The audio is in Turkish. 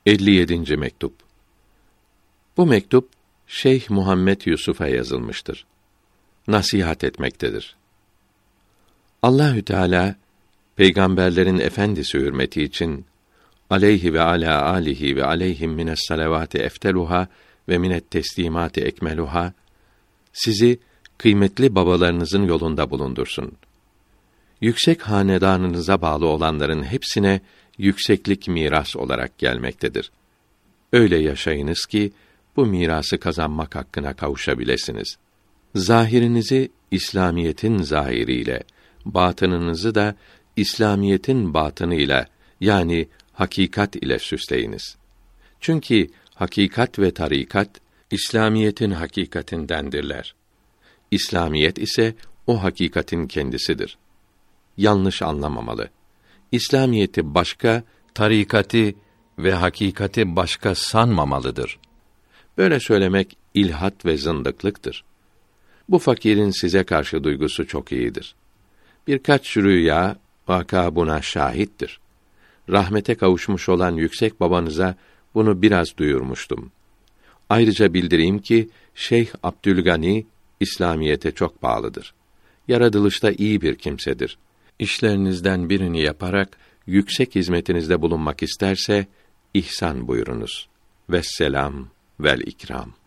57. mektup. Bu mektup Şeyh Muhammed Yusuf'a yazılmıştır. Nasihat etmektedir. Allahü Teala peygamberlerin efendisi hürmeti için aleyhi ve ala alihi ve aleyhim mines salavati efteluha ve minet teslimati ekmeluha sizi kıymetli babalarınızın yolunda bulundursun. Yüksek hanedanınıza bağlı olanların hepsine yükseklik miras olarak gelmektedir. Öyle yaşayınız ki bu mirası kazanmak hakkına kavuşabilesiniz. Zahirinizi İslamiyetin zahiriyle, batınınızı da İslamiyetin batınıyla yani hakikat ile süsleyiniz. Çünkü hakikat ve tarikat İslamiyetin hakikatindendirler. İslamiyet ise o hakikatin kendisidir. Yanlış anlamamalı. İslamiyeti başka, tarikati ve hakikati başka sanmamalıdır. Böyle söylemek ilhat ve zındıklıktır. Bu fakirin size karşı duygusu çok iyidir. Birkaç rüya, vaka buna şahittir. Rahmete kavuşmuş olan yüksek babanıza bunu biraz duyurmuştum. Ayrıca bildireyim ki Şeyh Abdülgani İslamiyete çok bağlıdır. Yaratılışta iyi bir kimsedir. İşlerinizden birini yaparak yüksek hizmetinizde bulunmak isterse ihsan buyurunuz. Vesselam vel ikram.